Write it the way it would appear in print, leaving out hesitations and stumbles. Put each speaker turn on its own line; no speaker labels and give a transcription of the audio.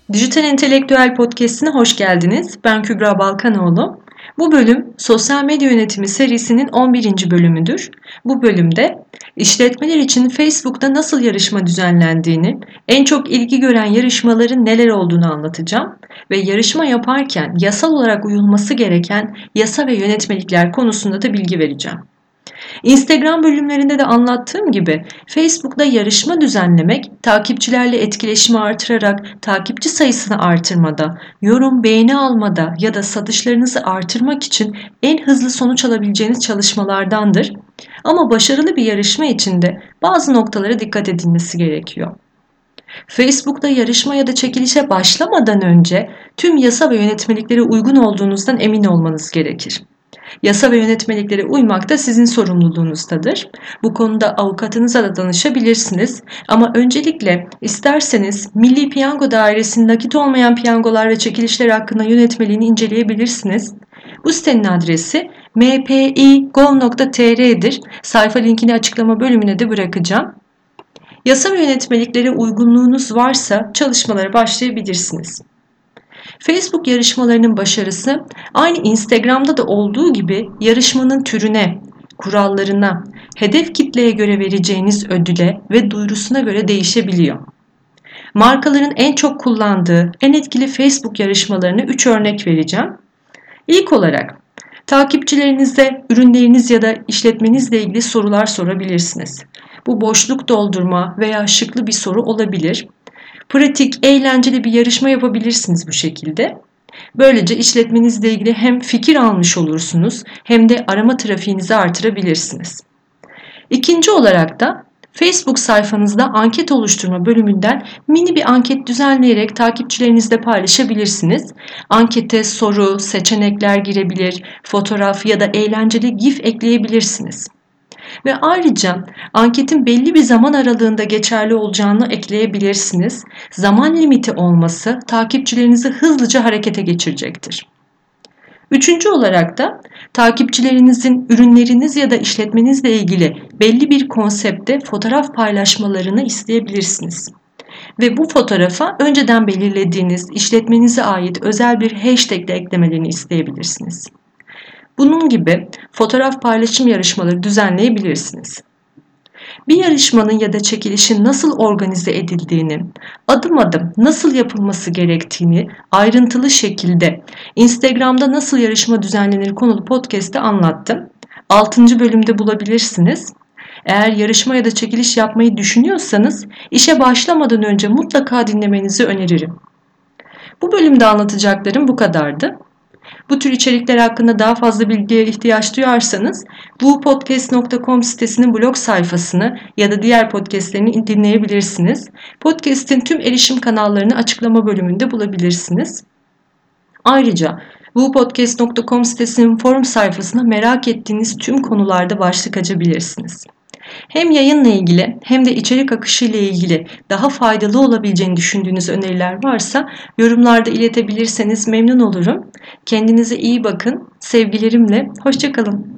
Dijital Entelektüel Podcast'ine hoş geldiniz. Ben Kübra Balkanoğlu. Bu bölüm Sosyal Medya Yönetimi serisinin 11. bölümüdür. Bu bölümde işletmeler için Facebook'ta nasıl yarışma düzenlendiğini, en çok ilgi gören yarışmaların neler olduğunu anlatacağım ve yarışma yaparken yasal olarak uyulması gereken yasa ve yönetmelikler konusunda da bilgi vereceğim. Instagram bölümlerinde de anlattığım gibi Facebook'ta yarışma düzenlemek, takipçilerle etkileşimi artırarak takipçi sayısını artırmada, yorum, beğeni almada ya da satışlarınızı artırmak için en hızlı sonuç alabileceğiniz çalışmalardandır. Ama başarılı bir yarışma için de bazı noktalara dikkat edilmesi gerekiyor. Facebook'ta yarışma ya da çekilişe başlamadan önce tüm yasa ve yönetmeliklere uygun olduğunuzdan emin olmanız gerekir. Yasa ve yönetmeliklere uymak da sizin sorumluluğunuzdadır. Bu konuda avukatınıza da danışabilirsiniz. Ama öncelikle isterseniz Milli Piyango Dairesi'nin nakit olmayan piyangolar ve çekilişler hakkında yönetmeliğini inceleyebilirsiniz. Bu sitenin adresi mpi.gov.tr'dir. Sayfa linkini açıklama bölümüne de bırakacağım. Yasa ve yönetmeliklere uygunluğunuz varsa çalışmalara başlayabilirsiniz. Facebook yarışmalarının başarısı aynı Instagram'da da olduğu gibi yarışmanın türüne, kurallarına, hedef kitleye göre vereceğiniz ödüle ve duyurusuna göre değişebiliyor. Markaların en çok kullandığı en etkili Facebook yarışmalarına 3 örnek vereceğim. İlk olarak takipçilerinize ürünleriniz ya da işletmenizle ilgili sorular sorabilirsiniz. Bu boşluk doldurma veya şıklı bir soru olabilir. Pratik, eğlenceli bir yarışma yapabilirsiniz bu şekilde. Böylece işletmenizle ilgili hem fikir almış olursunuz hem de arama trafiğinizi artırabilirsiniz. İkinci olarak da Facebook sayfanızda anket oluşturma bölümünden mini bir anket düzenleyerek takipçilerinizle paylaşabilirsiniz. Ankete soru, seçenekler girebilir, fotoğraf ya da eğlenceli GIF ekleyebilirsiniz. Ve ayrıca anketin belli bir zaman aralığında geçerli olacağını ekleyebilirsiniz. Zaman limiti olması takipçilerinizi hızlıca harekete geçirecektir. Üçüncü olarak da takipçilerinizin ürünleriniz ya da işletmenizle ilgili belli bir konsepte fotoğraf paylaşmalarını isteyebilirsiniz. Ve bu fotoğrafa önceden belirlediğiniz işletmenize ait özel bir hashtag de eklemelerini isteyebilirsiniz. Bunun gibi fotoğraf paylaşım yarışmaları düzenleyebilirsiniz. Bir yarışmanın ya da çekilişin nasıl organize edildiğini, adım adım nasıl yapılması gerektiğini ayrıntılı şekilde Instagram'da nasıl yarışma düzenlenir konulu podcast'te anlattım. 6. bölümde bulabilirsiniz. Eğer yarışma ya da çekiliş yapmayı düşünüyorsanız işe başlamadan önce mutlaka dinlemenizi öneririm. Bu bölümde anlatacaklarım bu kadardı. Bu tür içerikler hakkında daha fazla bilgiye ihtiyaç duyarsanız bupodcast.com sitesinin blog sayfasını ya da diğer podcastlerini dinleyebilirsiniz. Podcast'in tüm erişim kanallarını açıklama bölümünde bulabilirsiniz. Ayrıca bupodcast.com sitesinin forum sayfasına merak ettiğiniz tüm konularda başlık açabilirsiniz. Hem yayınla ilgili hem de içerik akışı ile ilgili daha faydalı olabileceğini düşündüğünüz öneriler varsa yorumlarda iletebilirseniz memnun olurum. Kendinize iyi bakın. Sevgilerimle, hoşça kalın.